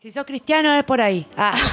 Si sos cristiano es por ahí.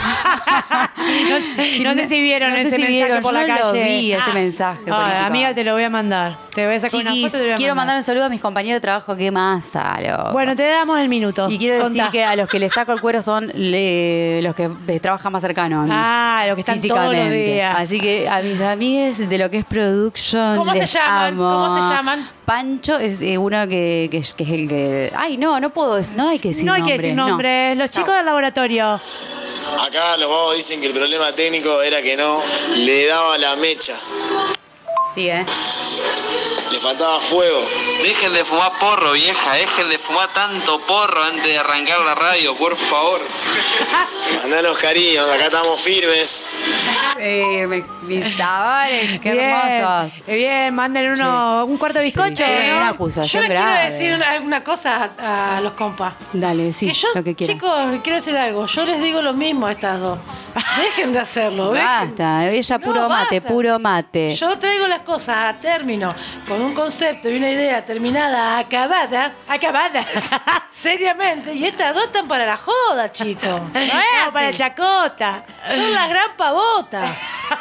No sé si vieron ese mensaje por la calle. Yo lo vi, ese mensaje político. Amiga, te lo voy a mandar. Te voy a sacar una foto y te lo voy a quiero mandar un saludo a mis compañeros de trabajo. Qué masa, loco. Bueno, te damos el minuto. Y quiero decir que a los que les saco el cuero son los que trabajan más cercano a mí. Los que están todos los días. Así que a mis amigues de lo que es production ¿Cómo les se llaman? amo. ¿Cómo se llaman? Pancho es uno que es el que... Ay, no puedo... No hay que decir nombre. No hay que decir nombre. Los chicos del laboratorio. Acá los vagos dicen que el problema técnico era que no le daba la mecha. Sí, Le faltaba fuego. Dejen de fumar porro, vieja. Dejen de fumar tanto porro antes de arrancar la radio, por favor. Mandanos cariños, acá estamos firmes. Mis sabores, qué hermosos. Bien, manden un cuarto de bizcocho, ¿no? Una Yo acusación les quiero grave. decir una cosa a los compas. Dale, sí, Que yo, lo que quieras. chicos, quiero decir algo. Yo les digo lo mismo a estas dos. Dejen de hacerlo. Basta, ella puro mate, basta. puro mate. Yo traigo las cosas a término, con un concepto y una idea terminada, acabada, seriamente. Y estas dos están para la joda, chicos. No es así. para chacota. Son las gran pavotas.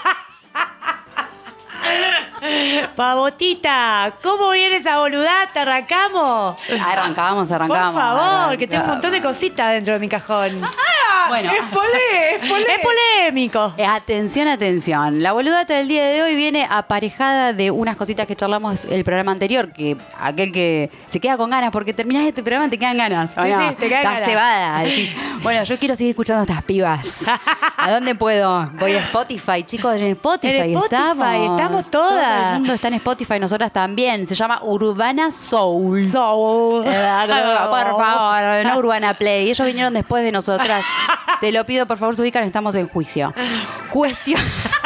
Pavotita, ¿cómo viene esa boludata? ¿Arrancamos? Arrancamos. Por favor, que tengo un montón de cositas dentro de mi cajón. Bueno. Es polémico. Atención. La boludata del día de hoy viene aparejada de unas cositas que charlamos el programa anterior, que aquel que se queda con ganas, porque terminás este programa te quedan ganas. Sí, sí, te quedan ganas. Estás cebada. Decís, bueno, yo quiero seguir escuchando a estas pibas. ¿A dónde puedo? Voy a Spotify, chicos, en Spotify estamos todas. Todo el mundo está en Spotify, nosotras también. Se llama Urbana Soul. Soul. Por favor, no Urbana Play. Ellos vinieron después de nosotras. Te lo pido, por favor, se ubican, estamos en juicio. Cuestión,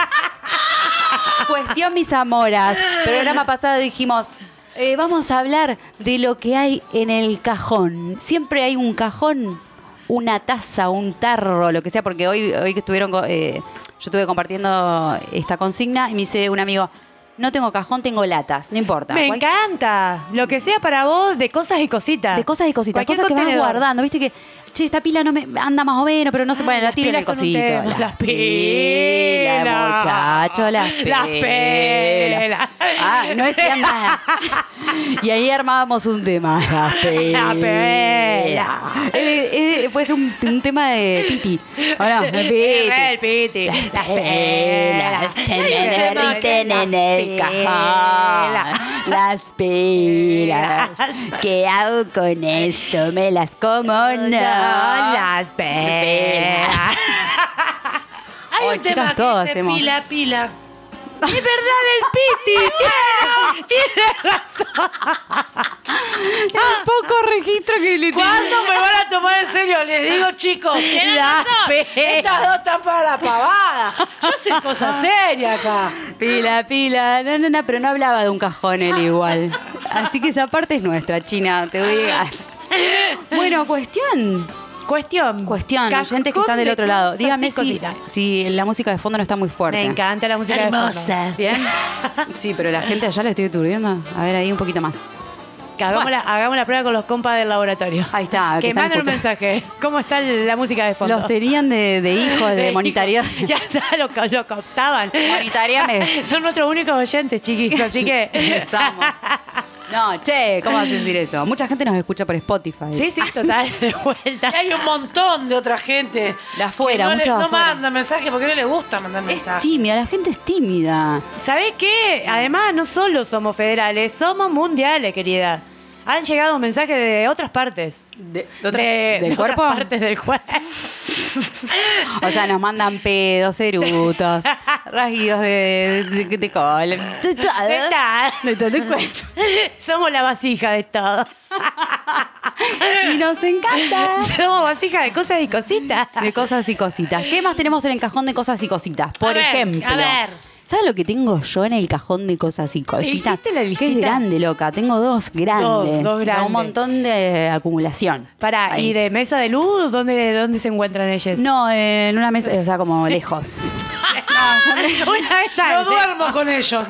mis amoras. Programa pasado dijimos, vamos a hablar de lo que hay en el cajón. Siempre hay un cajón, una taza, un tarro, lo que sea, porque hoy que estuvieron, yo estuve compartiendo esta consigna y me dice un amigo, no tengo cajón, tengo latas, no importa. Me encanta. Lo que sea para vos de cosas y cositas. De cosas y cositas, Cualquier cosas que vas contenedor. guardando. Viste que, che, esta pila no me anda más o menos, pero no se pone, la tiro en el pilas son un cosito. tema. Las pilas. Muchachos, las pilas. Las pelas. No decían nada. Y ahí armábamos un tema. Las pelas. La pela. Puede ser un tema de Piti. ¿O no? El Piti. Las pelas se me derriten en el cajón. Las pelas. ¿Qué hago con esto? ¿Me las como o no? Las pelas. Hay Hoy, un chicas, tema que todos dice hacemos. pila. Es verdad, el Piti. Tiene razón. El poco registro que le ¿Cuándo me van a tomar en serio? Les digo, chicos, ¿tienen Las razón? pelas. Estas dos están para la pavada. Yo soy cosa seria acá. Pila. No, pero no hablaba de un cajón él igual. Así que esa parte es nuestra, China, te digas. Bueno, cuestión, oyentes que están del otro lado. Dígame si la música de fondo no está muy fuerte. Me encanta la música de fondo. ¿Bien? Sí, pero la gente allá le estoy aturdiendo. A ver, ahí un poquito más. Que hagamos la prueba con los compas del laboratorio. Ahí está. Que están manden un escuchando. mensaje. ¿Cómo está la música de fondo? Los tenían de hijos, de monitorear. Ya está, lo captaban. Monitoreame. Son nuestros únicos oyentes, chiquis, así que... Les amo. No, che, ¿cómo vas a decir eso? Mucha gente nos escucha por Spotify. Sí, total, de vuelta. Y hay un montón de otra gente. De afuera, que muchos de no afuera. mandan mensajes porque no les gusta mandar Es mensajes. tímida, la gente es tímida. ¿Sabés qué? Además, no solo somos federales, somos mundiales, querida. Han llegado mensajes de otras partes. ¿Del de cuerpo? Otras partes del cuerpo. O sea, nos mandan pedos, erutos, rasguidos de cola. De todo el cuerpo. Somos la vasija de todo. Y nos encanta. Somos vasija de cosas y cositas. De cosas y cositas. ¿Qué más tenemos en el cajón de cosas y cositas? Por ejemplo. A ver. ¿Sabes lo que tengo yo en el cajón de cosas y cositas? ¿Hiciste la Que listita? es grande, loca. Tengo dos grandes. Dos O sea, grandes. un montón de acumulación. Pará, Ahí. ¿y de mesa de luz? ¿Dónde se encuentran ellos? No, en una mesa, o sea, como lejos. Una vez No antes. duermo con ellos.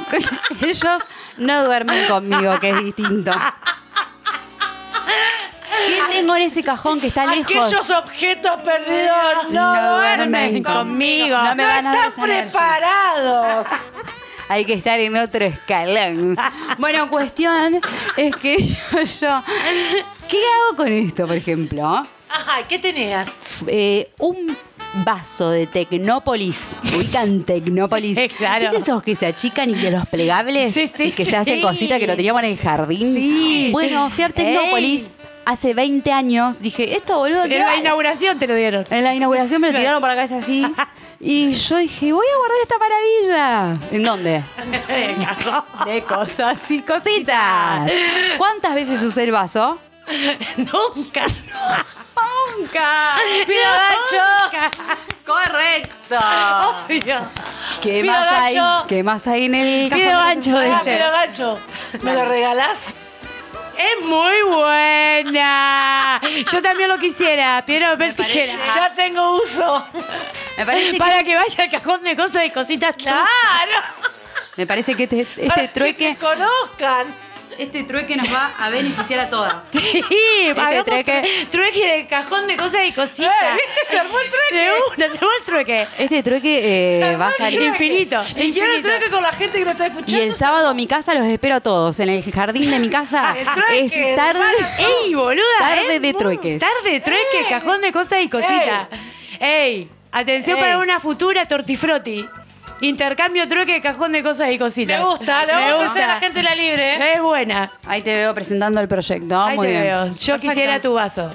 Ellos no duermen conmigo, que es distinto. ¿Qué tengo en ese cajón que está lejos? Aquellos objetos perdidos no duermen conmigo. No me van a dar esa están energía. preparados. Hay que estar en otro escalón. Bueno, cuestión es que digo yo, ¿qué hago con esto, por ejemplo? Ajá, ¿qué tenías? Un vaso de Tecnópolis. Ubican Tecnópolis. Claro. ¿Viste esos que se achican y de los plegables? Sí, sí, y que se hacen sí. cositas que lo teníamos en el jardín. Sí. Bueno, fui a Tecnópolis hace 20 años. Dije, esto boludo, ¿qué En la va? inauguración te lo dieron. En la inauguración me lo tiraron por la cabeza así. Y yo dije, voy a guardar esta maravilla. ¿En dónde? De cosas y cositas. ¿Cuántas veces usé el vaso? Nunca. ¡Nunca! Pido gancho. ¡Correcto! Obvio. ¿Qué Pido más hay? gancho. ¿Qué más hay en el cajón? Pido gancho, Ah, dice. pero gancho, ¿me lo regalás? Es muy buena. Yo también lo quisiera. Piedra, papel, tijera. Ya tengo uso. Me parece que, Para que vaya al cajón de cosas y cositas. Claro. me parece que este Para trueque, que se conozcan. este trueque nos va a beneficiar a todas. Sí, hagamos trueque de cajón de cosas y cositas. ¿Viste? Se armó el trueque. De una, se armó el trueque. Este trueque va a salir. Infinito. Y quiero el infinito. trueque con la gente que lo está Y escuchando. el sábado a mi casa los espero a todos. En el jardín de mi casa El trueque, es tarde. ¡Ey, boluda! Tarde es de muy- trueques. Tarde de trueque, cajón de cosas y cositas. ¡Ey! Atención Ey. para una futura tortifroti. Intercambio trueque, cajón de cosas y cositas. Me gusta, lo Me vamos a gusta. hacer a la gente la libre. Es buena. Ahí te veo presentando el proyecto. Ahí Muy te bien. veo. Yo quisiera tu vaso.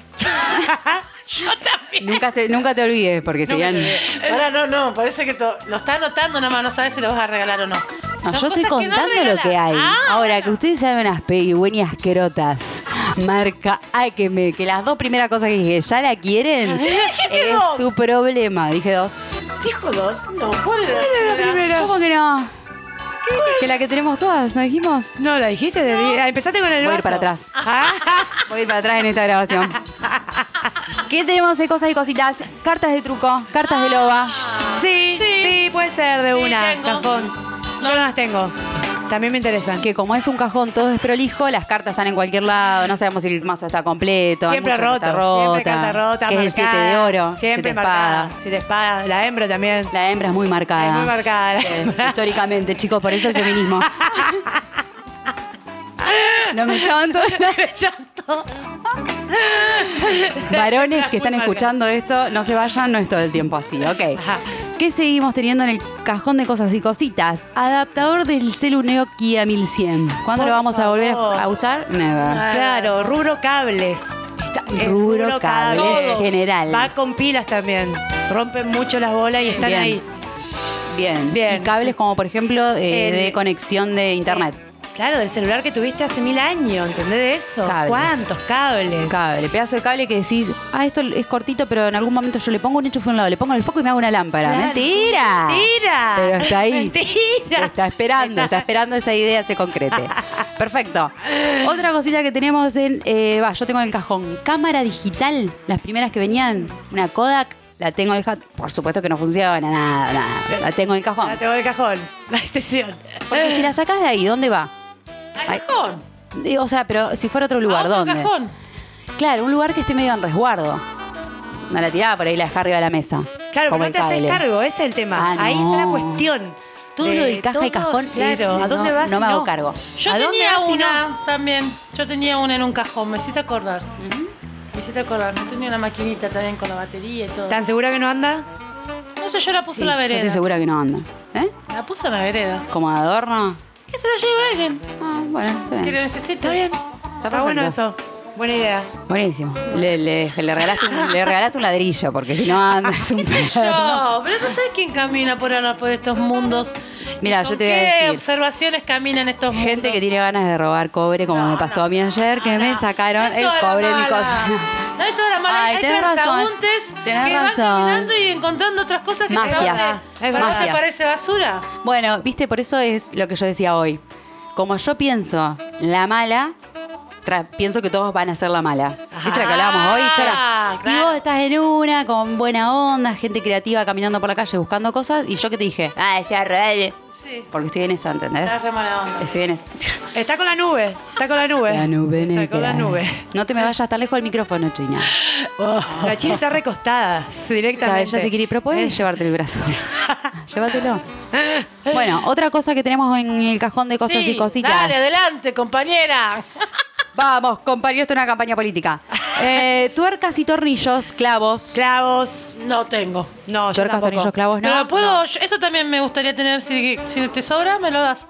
Yo también. Nunca te olvides, porque serían. Ahora no, parece que lo está anotando nada más, no sabes si lo vas a regalar o no. No, Son yo estoy cosas que no contando lo que hay. regalas. Ah, Ahora, que ustedes saben unas pedigüeñas crotas. Marca. Ay, que las dos primeras cosas que dije, ¿ya la quieren? Es dos. su problema. Dije dos. Dijo dos. no, ¿cuál era la primera? ¿Cómo que no? Que la que tenemos todas, ¿no dijimos? No, la dijiste. Empezaste con el Voy a vaso. ir para atrás. Ah, Voy a ir para atrás en esta grabación. ¿Qué tenemos de cosas y cositas? Cartas de truco, cartas de loba. sí, puede ser de Sí, una. tengo. Cajón. Yo no las tengo. También me interesan. Que como es un cajón todo desprolijo, las cartas están en cualquier lado, no sabemos si el mazo está completo, hay Siempre mucha roto. carta rota, Siempre carta rota. que es el 7 de oro, Siempre 7 marcada. espada. 7 espada. La hembra también. La hembra es muy marcada. Es muy marcada la Sí, hembra. históricamente, chicos, por eso el feminismo. No me echaban todo. Varones que están Muy escuchando esto, no se vayan, no es todo el tiempo así, ok. Ajá. ¿Qué seguimos teniendo en el cajón de cosas y cositas? Adaptador del celu Nokia 1100. ¿Cuándo Por lo vamos a volver favor. a usar? Never. Claro, rubro cables. Está Es rubro cable cables. general. Va con pilas también. Rompen mucho las bolas y están Bien. ahí. Bien. Bien. Y cables como por ejemplo de El- conexión de internet. Claro, del celular que tuviste hace 1000 años, ¿entendés de eso? Cables. ¿Cuántos cables? Cable, pedazo de cable que decís, esto es cortito, pero en algún momento yo le pongo un enchufe a un lado, le pongo el foco y me hago una lámpara. Claro. ¡Mentira! ¡Mentira! Pero está ahí. ¡Mentira! Te está esperando esa idea se concrete. Perfecto. Otra cosita que tenemos yo tengo en el cajón, cámara digital, las primeras que venían, una Kodak. La tengo en el cajón. Por supuesto que no funciona, nada. La tengo en el cajón. La tengo en el cajón. La extensión. Porque si la sacás de ahí, ¿dónde va? Al cajón. O sea, pero si fuera otro A lugar, otro ¿dónde? cajón. Claro, un lugar que esté medio en resguardo. No la tiraba por ahí, la dejaba arriba de la mesa. Claro, como pero no el te haces cable. cargo, ese es el tema. Ah, Ahí no. está la cuestión. Todo De lo del caja y todo, cajón claro, es, ¿a dónde no, vas no si me hago cargo. Yo ¿A dónde tenía vas si una también. Yo tenía una en un cajón, me hiciste acordar. Me hiciste acordar. Yo tenía una maquinita también con la batería y todo. ¿Tan segura que no anda? No sé, yo la puse Sí, en la yo vereda. estoy segura que no anda. ¿Eh? La puse en la vereda. ¿Como de adorno? ¿Qué se la lleva alguien? Ah, bueno, está ¿Que bien. lo necesita? Está bien. Está bueno perfecto. eso. Buena idea. Buenísimo. Le regalaste un ladrillo, porque si no anda es un ¿Qué sé yo? Pero no sé quién camina por ahora por estos mundos. Mira, ¿Y yo con te voy a qué decir. observaciones caminan estos mundos? Gente que tiene ganas de robar cobre, como me pasó a mí ayer, que me sacaron No es el toda la cobre de mi mala. cosa. No es toda la mala. Ay, Hay tenés razón. transeúntes Tenés que van razón. caminando y encontrando otras cosas que Magia. para Es vos verdad. te parece basura. Bueno, viste, por eso es lo que yo decía hoy. Como yo pienso la mala, pienso que todos van a ser la mala. ¿Viste la que hablábamos hoy, Chara? claro. Y vos estás en una, con buena onda, gente creativa caminando por la calle buscando cosas, y yo que te dije, decía rebelde. Sí. Porque estoy en esa, ¿entendés? Estás re mala onda. Estoy en esa. Está con la nube. Está con la nube. La nube negra. Está con la nube. No te me vayas tan lejos del micrófono, China. La China está recostada directamente. Ella se quiere ir, pero puedes llevarte el brazo. Llévatelo. Bueno, otra cosa que tenemos en el cajón de cosas Sí, y cositas. Dale, adelante, compañera. Vamos, compañero, esto es una campaña política. Tuercas y tornillos, clavos. Clavos. No tengo. No, yo Tuercas, tampoco. tornillos, clavos, ¿no? Pero puedo, eso también me gustaría tener. Si te sobra, me lo das.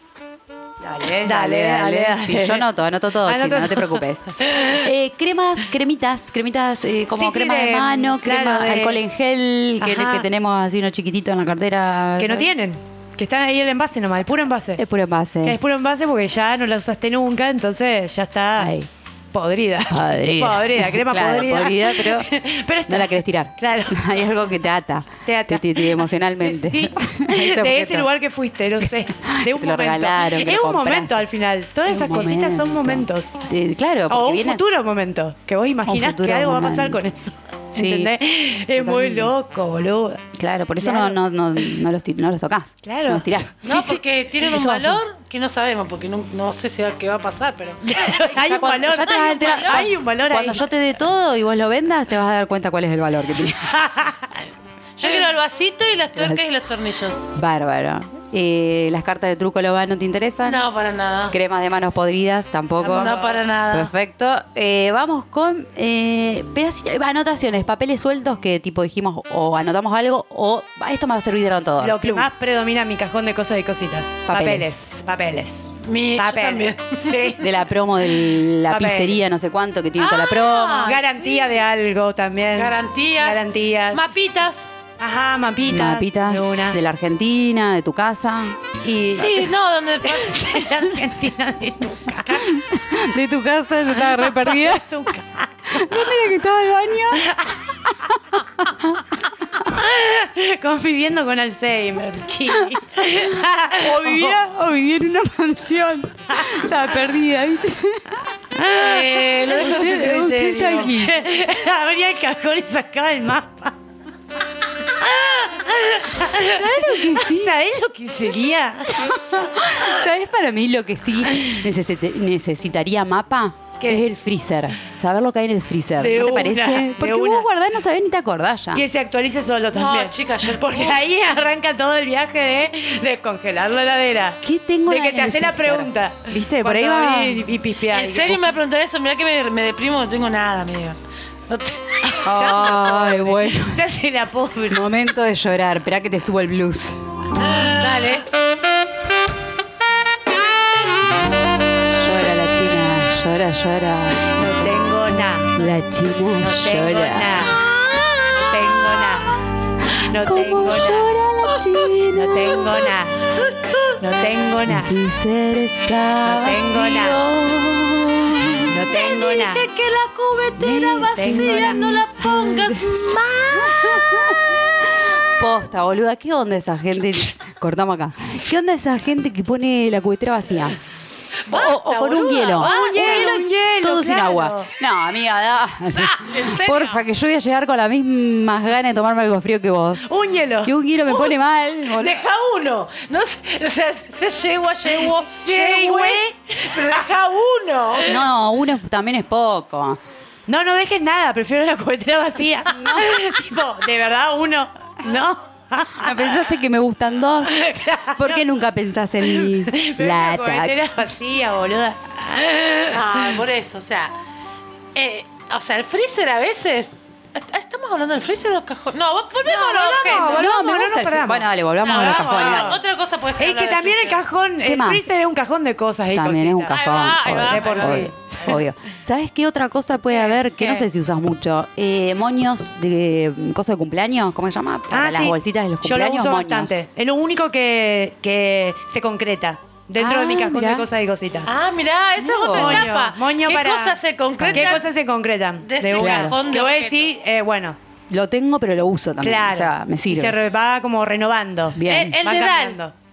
Dale. Sí, yo anoto todo, Anoto China, no te todo. preocupes. Cremitas como Sí, crema de- de mano, claro, crema, de- alcohol en gel, Ajá. que tenemos así uno chiquitito en la cartera. Que no ¿sabes? tienen. Que están ahí el envase nomás, el puro envase. Es puro envase. Que es puro envase porque ya no la usaste nunca, entonces ya está Ay. podrida. Podrida. Crema Claro, podrida. pero está- no la querés tirar. Claro. Hay algo que te ata. Te ata. Emocionalmente. Sí. Ese De ese objeto. lugar que fuiste, no sé. De un Te lo momento. regalaron, que es lo un compraste. momento al final. Todas Es esas un cositas son momentos. Claro, porque O un viene... futuro momento. Que vos imaginás futuro que algo va a pasar momento. con eso. Sí, ¿Entendés? Es muy totalmente. loco, boludo. Claro, por eso Claro. no los tocás. Claro. No los tirás. No, Sí, porque tienen un Esto va a valor que no sabemos, porque no sé qué va a pasar, pero. Hay Ya un cuando- valor. ya te vas a enterar. Hay un valor Cuando ahí. yo te dé todo y vos lo vendas, te vas a dar cuenta cuál es el valor que tiene. Yo quiero el vasito y las tuercas y los tornillos. Bárbaro. Las cartas de truco lo ¿no te interesan? No, para nada. Cremas de manos podridas tampoco. No, para nada. Perfecto. Vamos con anotaciones, papeles sueltos que tipo dijimos o anotamos algo o esto me va a servir de todo. Lo que Plum. más predomina en mi cajón de cosas y cositas. Papeles. Papeles. Yo también. Sí. De la promo de la Papeles. pizzería, no sé cuánto, que tiene toda la promo. Garantía de algo también. Garantías. Mapitas. Ajá, mapitas. Mapitas de una. de la Argentina, de tu casa. Y Sí, no, donde. de la Argentina de tu casa. De tu casa, yo estaba re perdida. Es un ca- ¿Dónde era que estaba el baño? Conviviendo con Alzheimer, Chini. O vivía en una mansión. Estaba perdida, ¿viste? Lo dejo a tu Usted está criterio. aquí. Abría el cajón y sacaba el mapa. ¿Sabes lo que sí? ¿Sabés lo que sería? ¿Sabes para mí lo que sí necesitaría mapa? ¿Qué? Es el freezer. Saber lo que hay en el freezer. De ¿No te una, parece? de Porque una. vos guardás, no sabés ni te acordás ya. Que se actualice solo también. No, chicas, yo. Porque ahí arranca todo el viaje de descongelar la heladera. ¿Qué tengo De en que te el hace la freezer? pregunta. ¿Viste? Por ahí Cuando va. Y pispear. En serio me va a preguntar eso. Mirá que me deprimo, no tengo nada, amigo. No te- Ay, bueno. Se hace la pobre. Momento de llorar. Esperá que te subo el blues. Dale. Llora la china. Llora. No tengo nada. La china No tengo llora. nada. No tengo ¿Cómo nada. llora la china? No tengo nada. No tengo El nada. freezer está No tengo vacío. No tengo nada. Dije que la cubetera Ni vacía no la pongas más. Posta, boluda, ¿qué onda esa gente? Cortamos acá. ¿Qué onda esa gente que pone la cubetera vacía? O con un boluda, hielo. basta. Un hielo, todo sin claro. agua. No, amiga, dale. ¿En serio? Porfa, que yo voy a llegar con las mismas ganas de tomarme algo frío que vos. Un hielo. Y un hielo me pone mal. boludo. Deja uno. No sé, o sea, se llevo, Yegüe. pero deja uno. No, uno también es poco. No dejes nada. Prefiero la cubetera vacía. Tipo, de verdad, uno. No. ¿No pensaste que me gustan dos? ¿Por qué nunca pensás en mí? Pero la cubetera vacía, boluda. Ah, por eso, o sea, el freezer a veces. ¿Estamos hablando del freezer o los cajones? No, volvemos a los objetos. No, me no gusta el paramos. Bueno, dale, volvamos No, a los vamos, cajones. vamos. dale. Otra cosa puede ser. Es que hablar del también el freezer. cajón, ¿Qué el más? freezer es un cajón de cosas y También es un cositas. cajón. Ahí va, de por obvio, sí. obvio. ¿Sabes qué otra cosa puede haber? Que no ¿Qué? sé si usas mucho. Moños de cosas de cumpleaños, ¿cómo se llama? Para las sí. bolsitas de los Yo lo cumpleaños, uso moños. bastante. Es lo único que se concreta dentro de mi cajón mirá. de cosas y cositas. Ah, mirá, esa es otra Moño, etapa. Moño ¿Qué para... cosas se concretan? ¿Qué cosas se concretan? de De ese una. cajón de Que voy a objetos? decir, bueno, Lo tengo, pero lo uso también. claro. O sea, me Y sirve. se va como renovando. Bien. El Va dedal. cambiando.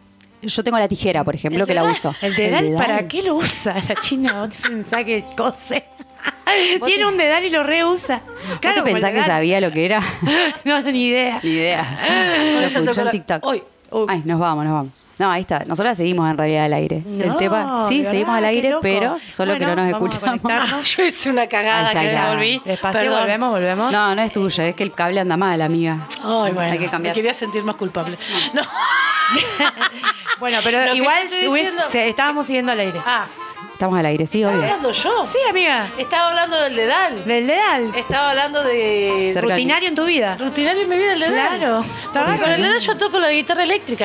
yo tengo la tijera, por ejemplo, que la uso. ¿El dedal para qué lo usa la China? ¿Vos te pensás que cose? Tiene un dedal y lo reusa. ¿Vos te pensás que sabía lo que era? No, ni idea. Ni idea. Lo escuché en TikTok. Ay, nos vamos. No, ahí está. Nosotras seguimos en realidad al aire. No, el tema, sí, ¿verdad? seguimos al Qué aire, loco. pero solo que no nos vamos a escuchamos. conectarnos. Yo hice una cagada Ahí está, que me claro. volví. Despacio, Perdón. volvemos. No, no es tuyo, es que el cable anda mal, amiga. Ay, bueno, Hay que cambiar. me quería sentir más culpable. No. Bueno, pero Lo que igual te estoy diciendo- estábamos siguiendo al aire. Ah, Estamos al aire, sí, ¿estaba obvio. hablando yo? Sí, amiga. Estaba hablando del dedal. Del dedal. Estaba hablando de... Cerca- Rutinario en tu vida. Rutinario en mi vida, el dedal. Claro. Porque con el dedal yo toco la guitarra eléctrica.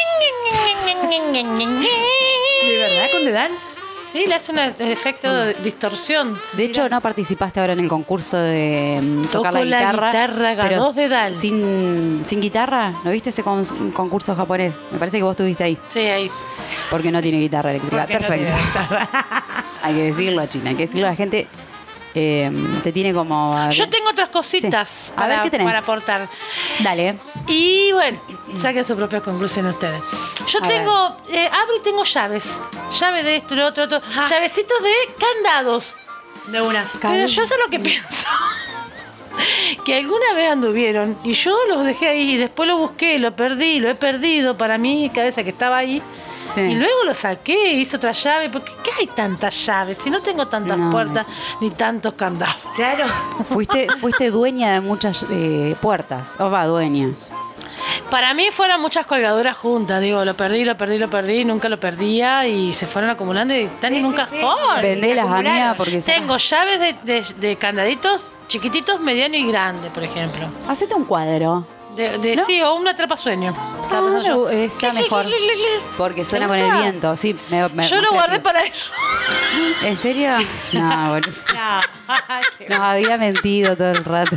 ¿De verdad con dedal? Sí, le hace un efecto de distorsión. De hecho, no participaste ahora en el concurso de tocar Toco la la guitarra. guitarra, ganó pero dedal. sin guitarra. ¿No viste ese concurso japonés? Me parece que vos estuviste ahí. Sí, ahí. Porque no tiene guitarra eléctrica. Porque no Perfecto. tiene guitarra. Hay que decirlo, China. Hay que decirlo. La gente te tiene como... Yo tengo otras cositas Sí. A ver, ¿qué tenés? para aportar. Dale. Y bueno, saquen su propia conclusión ustedes. Yo A tengo, abro y tengo llaves. Llave de esto, de lo otro, llavecitos de candados. De una. Pero yo sé lo que pienso. Que alguna vez anduvieron y yo los dejé ahí y después lo busqué, lo perdí, lo he perdido para mi cabeza que estaba ahí. Sí. Y luego lo saqué, hice otra llave, porque ¿qué hay tantas llaves? Si no tengo tantas No, puertas ni tantos candados. Claro. Fuiste dueña de muchas puertas. O va, dueña. Para mí fueron muchas colgaduras juntas, digo, lo perdí, nunca lo perdía y se fueron acumulando y están en un cajón. Vendélas, acumularon. amiga, porque... Tengo llaves de candaditos chiquititos, mediano y grande, por ejemplo. Hacete un cuadro. ¿No? Sí, o una atrapasueño. Está mejor. Porque suena con el viento. Sí, Yo lo guardé para eso. ¿En serio? No, boludo. No. Nos había mentido todo el rato.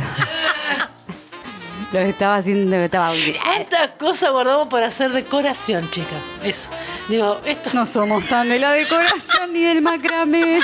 Lo estaba haciendo, ¿Cuántas cosas guardamos para hacer decoración, chica? Eso. Digo, esto. No somos tan de la decoración ni del macramé.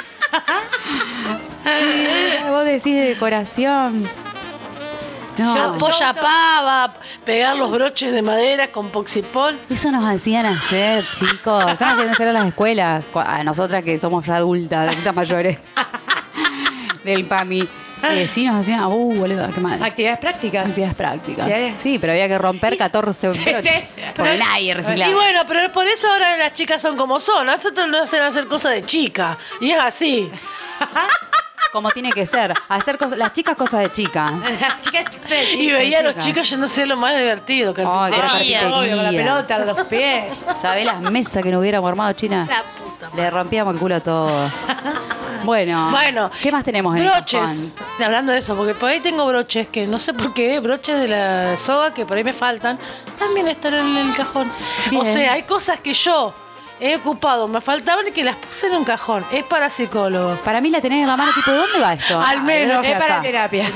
Chica, vos decís de decoración. No, Polla pava, pegar los broches de madera con poxipol. eso nos hacían hacer, chicos. Eso nos hacían hacer a las escuelas. A nosotras que somos ya adultas mayores. Del PAMI. Sí, nos hacían. Boludo, qué mal. Actividades prácticas. Actividades prácticas. Sí. Sí, pero había que romper 14 broches. sí. Porque nadie reciclaba. Y bueno, pero por eso ahora las chicas son como son. Nosotros nos hacen hacer cosas de chica. Y es así. Como tiene que ser. Hacer cosas, las chicas cosas de chica. Las chicas Y veía a los chica. chicos yéndose a lo más divertido. Ay, que era Carpintería. carpintería. obvio, con la pelota, los pies. ¿Sabés las mesas que no hubiéramos armado, China? La puta madre. Le rompíamos el culo a todo. Bueno, Bueno, ¿qué más tenemos en broches. el cajón? Hablando de eso, porque por ahí tengo broches que no sé por qué, broches de la soga que por ahí me faltan, también están en el cajón. Bien. O sea, hay cosas que yo he ocupado, me faltaban y que las puse en un cajón. Es para psicólogos. Para mí la tenés en la mano, tipo, ¿de dónde va esto? Al menos. Es para acá. terapia.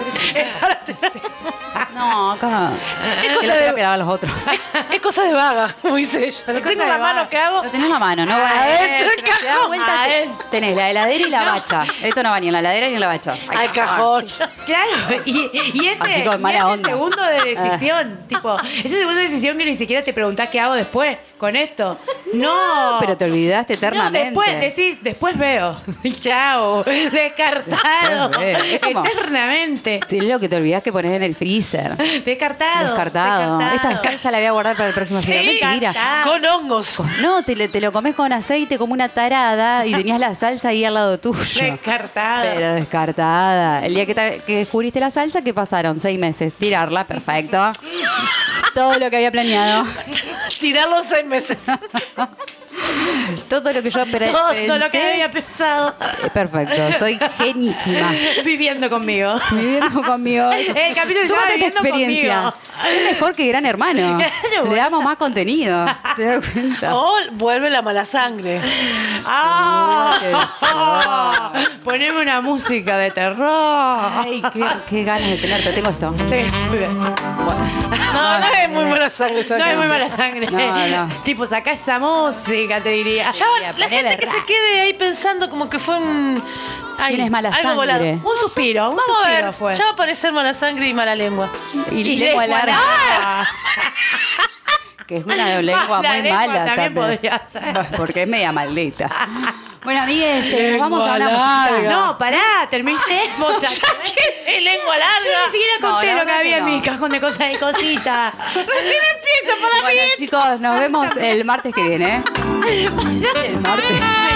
No, acá. Es Que cosa la de- terapia la hagan los otros. Es cosa de vaga, como dice ella. Lo cosa tengo en de la mano, vaga. ¿qué hago? Lo tenés en la mano, no va Adentro del Te das cajón. vuelta, tenés la heladera y la bacha. Esto no va ni en la heladera ni en la bacha. Al cajón. Claro, y ese, Así con y mala ese onda. segundo de decisión, tipo, ese segundo de decisión que ni siquiera te preguntás qué hago después con esto. No. Pero te olvidaste No, eternamente. después decís, después veo. Chao. Descartado. Después veo. Es como- Eternamente. Es lo que te olvidás que ponés en el freezer. Descartado. Descartado. Esta salsa la voy a guardar para el próximo cita. Mentira. descartado. Con hongos. No, te lo comes con aceite como una tarada y tenías la salsa ahí al lado tuyo. Descartado. Pero descartada. El día que descubriste la salsa, ¿qué pasaron? 6 meses. Tirarla, perfecto. Todo lo que había planeado. Tirarlo 6 meses. Todo lo que yo pensé. Todo lo que había pensado. Perfecto. Soy genísima. Viviendo conmigo. Viviendo conmigo. El capítulo se llama Súmate esta Viviendo experiencia. conmigo. Es mejor que Gran Hermano. Claro, Le damos más contenido. ¿Te das cuenta? O vuelve la mala sangre. ¡Ah! Qué sol. Poneme una música de terror. Ay, qué ganas de tenerte. Tengo esto. Sí, muy bien. Bueno. No, no es muy mala sangre. esa No es muy canción. mala sangre. No. Tipo, saca esa música, te diría. Ya va- Mira, la poné gente que berra. se quede ahí pensando como que fue un... ay, Tienes mala algo sangre. volado. Un suspiro, un Vamos a suspiro ver, fue. ya va a aparecer mala sangre y mala lengua. Y lengua larga. que es una lengua La muy lengua mala también también. podría ser. Porque es media maldita. Bueno, amigues, vamos a una Lengua música. No, pará, terminemos. ¿Qué lengua Yo larga? ni siquiera No, conté la lo que verdad había que en no. mi cajón de cosas y cositas. Recién empieza para Bueno, chicos, nos vemos el martes que viene. El martes.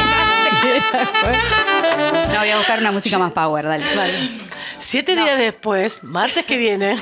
No, voy a buscar una música más power, dale. 7 días después, martes que viene.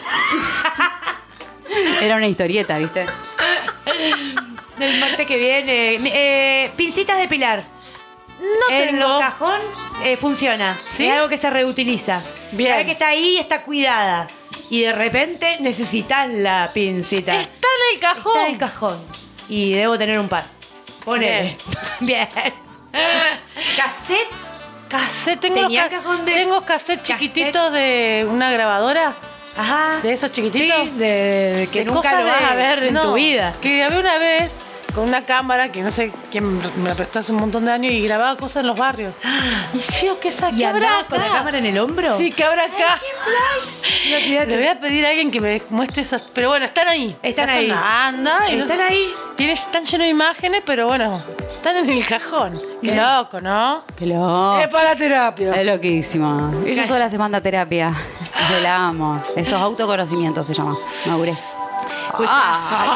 Era una historieta, ¿viste? Del martes que viene. Pincitas de pilar. No En tengo. el cajón funciona. ¿Sí? Es algo que se reutiliza. Bien. Sabes que está ahí, está cuidada. Y de repente necesitas la pincita. Está en el cajón. Está en el cajón. Y debo tener un par. Ponele. Bien. Cassette. Cassette, Tenía cajón de- tengo cassette chiquititos de una grabadora. Ajá. ¿De esos chiquititos? Sí, de que De nunca cosas lo vas a ver en no, tu vida. Que grabé una vez con una cámara que no sé quién me la prestó hace un montón de años y grababa cosas en los barrios. Y sí, ¿qué saqué? ¿Y habrá andabas con la acá? cámara en el hombro? Sí, ¿qué habrá acá? ¡Qué flash! Le voy a pedir a alguien que me muestre esas. Pero bueno, están ahí. Están Hacen ahí. una anda. Y no Están sé- ahí. Están llenos de imágenes, pero bueno, están en el cajón. Qué Bien. loco, ¿no? Que lo... Es para terapia. Es loquísimo. Ella sola se manda a terapia. Yo la amo. Esos autoconocimientos se llama. Madurez. Ah,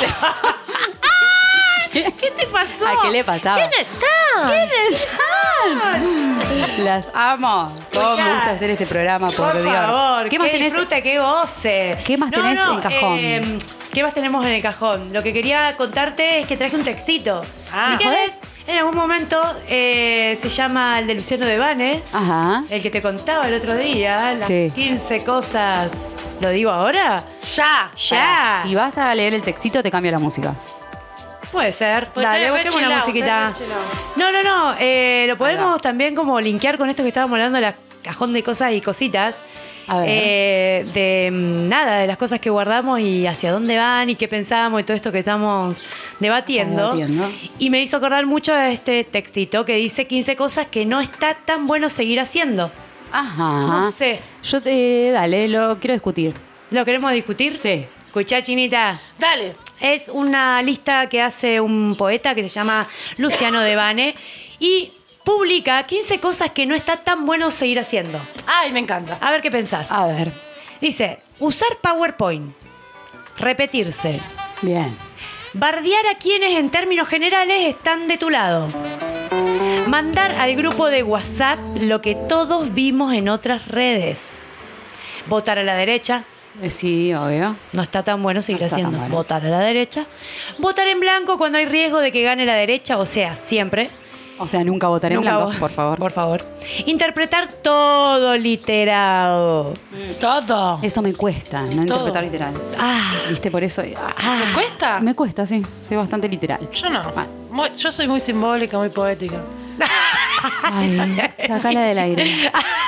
¿Qué te pasó? ¿a qué le pasaba? ¿Quiénes son? ¿Quiénes son? Las amo. ¿Cómo me gusta hacer este programa, por Dios? favor, ¿Qué más tenés? disfrute, qué goce. ¿Qué más tenés en cajón? ¿Qué más tenemos en el cajón? Lo que quería contarte es que traje un textito. Ah, si querés, en algún momento se llama el de Luciano Devane, Ajá. el que te contaba el otro día, las Sí. 15 cosas. ¿Lo digo ahora? Ya. Ya. Si vas a leer el textito, te cambio la música. Puede ser. Pues Dale, está busquemos una re musiquita. chilao, está re No. Lo podemos va. también como linkear con esto que estábamos hablando de la cajón de cosas y cositas. A ver. De las cosas que guardamos y hacia dónde van y qué pensamos y todo esto que estamos debatiendo. Y me hizo acordar mucho de este textito que dice 15 cosas que no está tan bueno seguir haciendo. Ajá. No sé. Yo dale, lo quiero discutir. ¿Lo queremos discutir? Sí. Escuchá, Chinita. Dale. Es una lista que hace un poeta que se llama Luciano Devane y publica 15 cosas que no está tan bueno seguir haciendo. Ay, me encanta. A ver qué pensás. A ver. Dice, usar PowerPoint, repetirse, Bien. bardear a quienes en términos generales están de tu lado, mandar al grupo de WhatsApp lo que todos vimos en otras redes, votar a la derecha. Sí, obvio. No está tan bueno seguir No está tan haciendo. bueno. Votar a la derecha. Votar en blanco cuando hay riesgo de que gane la derecha, o sea, siempre. O sea, nunca votar en Nunca blanco, vo- por favor. Por favor. Interpretar todo literado. Todo. Eso me cuesta, no interpretar literal. Ah, ¿Viste? Por eso. ¿Te cuesta? Me cuesta, sí. Soy bastante literal. Yo no. Ah. Yo soy muy simbólica, muy poética. Ay, sacala del aire.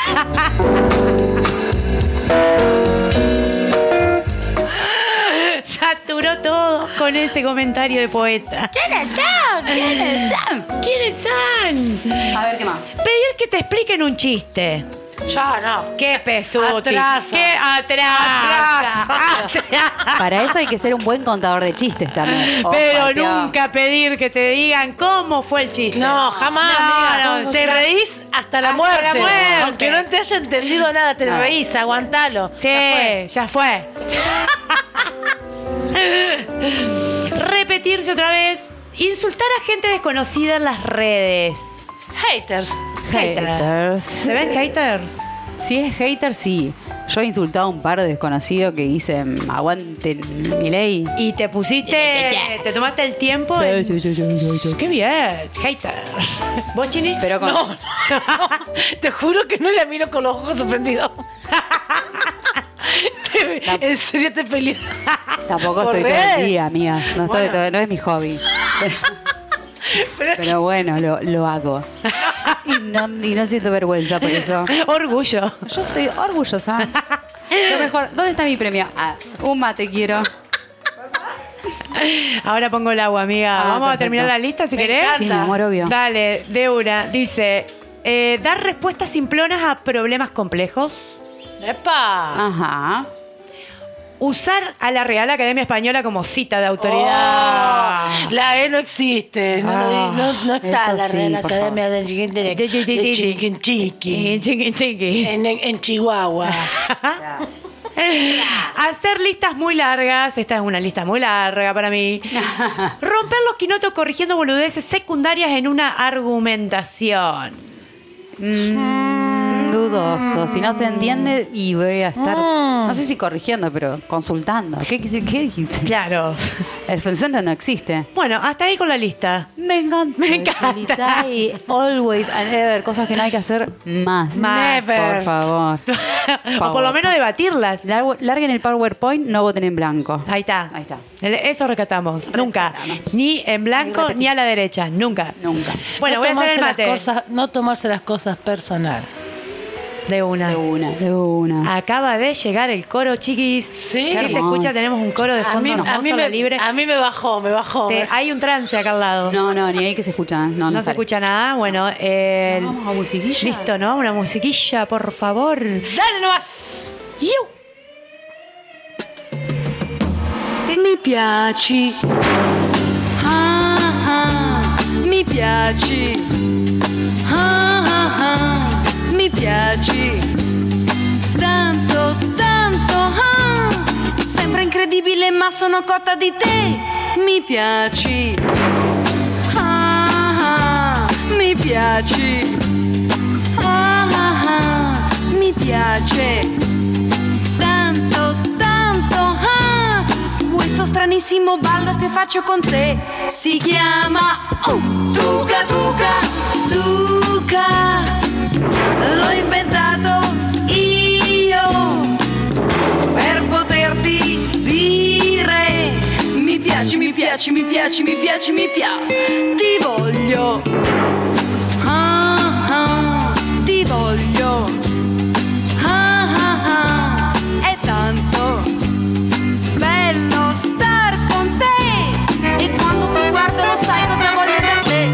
saturó todo con ese comentario de poeta. ¿Quiénes son? ¿Quiénes son? ¿Quiénes son? A ver, ¿qué más? Pedir que te expliquen un chiste. Ya, no. ¡Qué pesuti! Atrasa. ¡Qué atrasa! Para eso hay que ser un buen contador de chistes también. Ojo, Pero tío. nunca pedir que te digan cómo fue el chiste. No, jamás. No, amiga. no, te ya- reís hasta la hasta muerte. la muerte. Aunque no te haya entendido nada, te No. reís, aguantalo. Sí, ya fue. Repetirse otra vez. Insultar a gente desconocida en las redes. Haters. Haters. ¿Se ven haters? Si es hater, sí. Yo he insultado a un par de desconocidos que dicen, aguanten mi ley. Y te pusiste, te tomaste el tiempo. Sí. Qué bien, hater. ¿Vos, Chini? Pero con... No, no. Te juro que no la miro con los ojos sorprendidos. En serio te peleé. Tampoco Por estoy todo el redes. día, amiga. No, estoy Bueno. todo- no es mi hobby. Pero bueno, lo hago. Y no siento vergüenza por eso. Orgullo. Yo estoy orgullosa. Lo mejor, ¿dónde está mi premio? Ah, un mate quiero. Ahora pongo el agua, amiga. Ah, Vamos a perfecto. terminar la lista si Me querés. encanta. Sí, mi amor, obvio. Dale, de una. Dice, dar respuestas simplonas a problemas complejos. ¡Epa! Ajá. usar a la Real Academia Española como cita de autoridad. La E no existe. No está la sí, Real por Academia de Chiqui en Chihuahua. Hacer listas muy largas. Esta es una lista muy larga para mí. Romper los quinotos corrigiendo boludeces secundarias en una argumentación. Dudoso. Si no se entiende, y voy a estar, no sé si corrigiendo, pero consultando. ¿Qué dijiste? Claro. El docente no existe. Bueno, hasta ahí con la lista. Me encanta. Y always and ever, cosas que no hay que hacer más. Never. Por favor. O por lo menos debatirlas. Larguen el PowerPoint, no voten en blanco. Ahí está. Ahí está. Eso rescatamos. Nunca. Ni en blanco ni a la derecha. Nunca. Bueno, voy a hacer el mate. No tomarse las cosas personal. De una. Acaba de llegar el coro, chiquis. Sí. ¿Qué se escucha? Tenemos un coro de fondo libre. A mí me bajó. Hay un trance acá al lado. No, ni ahí que se escucha. No se escucha nada. Bueno, vamos a musiquilla. Listo, ¿no? Una musiquilla, por favor. ¡Dale nomás! Mi piaci, mi piaci, mi piaci, tanto, sembra incredibile ma sono cotta di te, mi piaci, mi piaci, mi piace, tanto, questo stranissimo ballo che faccio con te si chiama Tuca Tuca Tuca, l'ho inventato io per poterti dire mi piaci, mi piaci, mi piaci, mi piaci, mi piaci, ti voglio, ti voglio, è tanto bello star con te e quando mi guardo lo sai cosa voglio da te.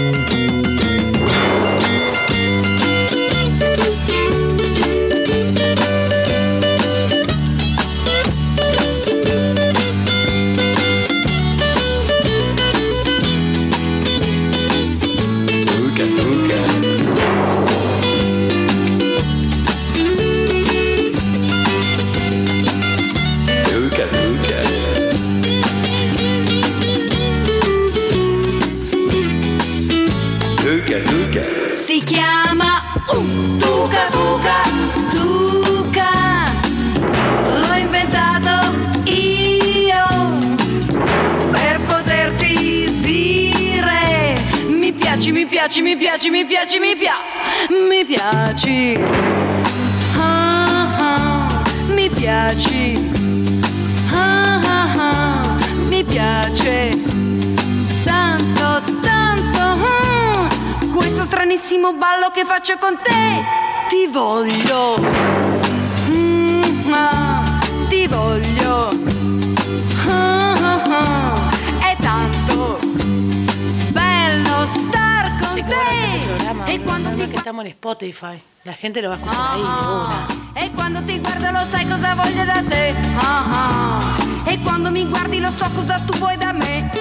Si chiama Tuca Tuca Tuca, l'ho inventato io per poterti dire mi piaci, mi piaci, mi piaci, mi piaci, mi piaci, mi piaci, mi piaci, mi piace tanto, questo stranissimo ballo che faccio con te, ti voglio, ti voglio, è tanto bello star con te. E quando ti que estamos en Spotify, la gente lo va a escuchar ahí de una. E quando ti guardo lo sai cosa voglio da te, e quando mi guardi lo so cosa tu vuoi da me.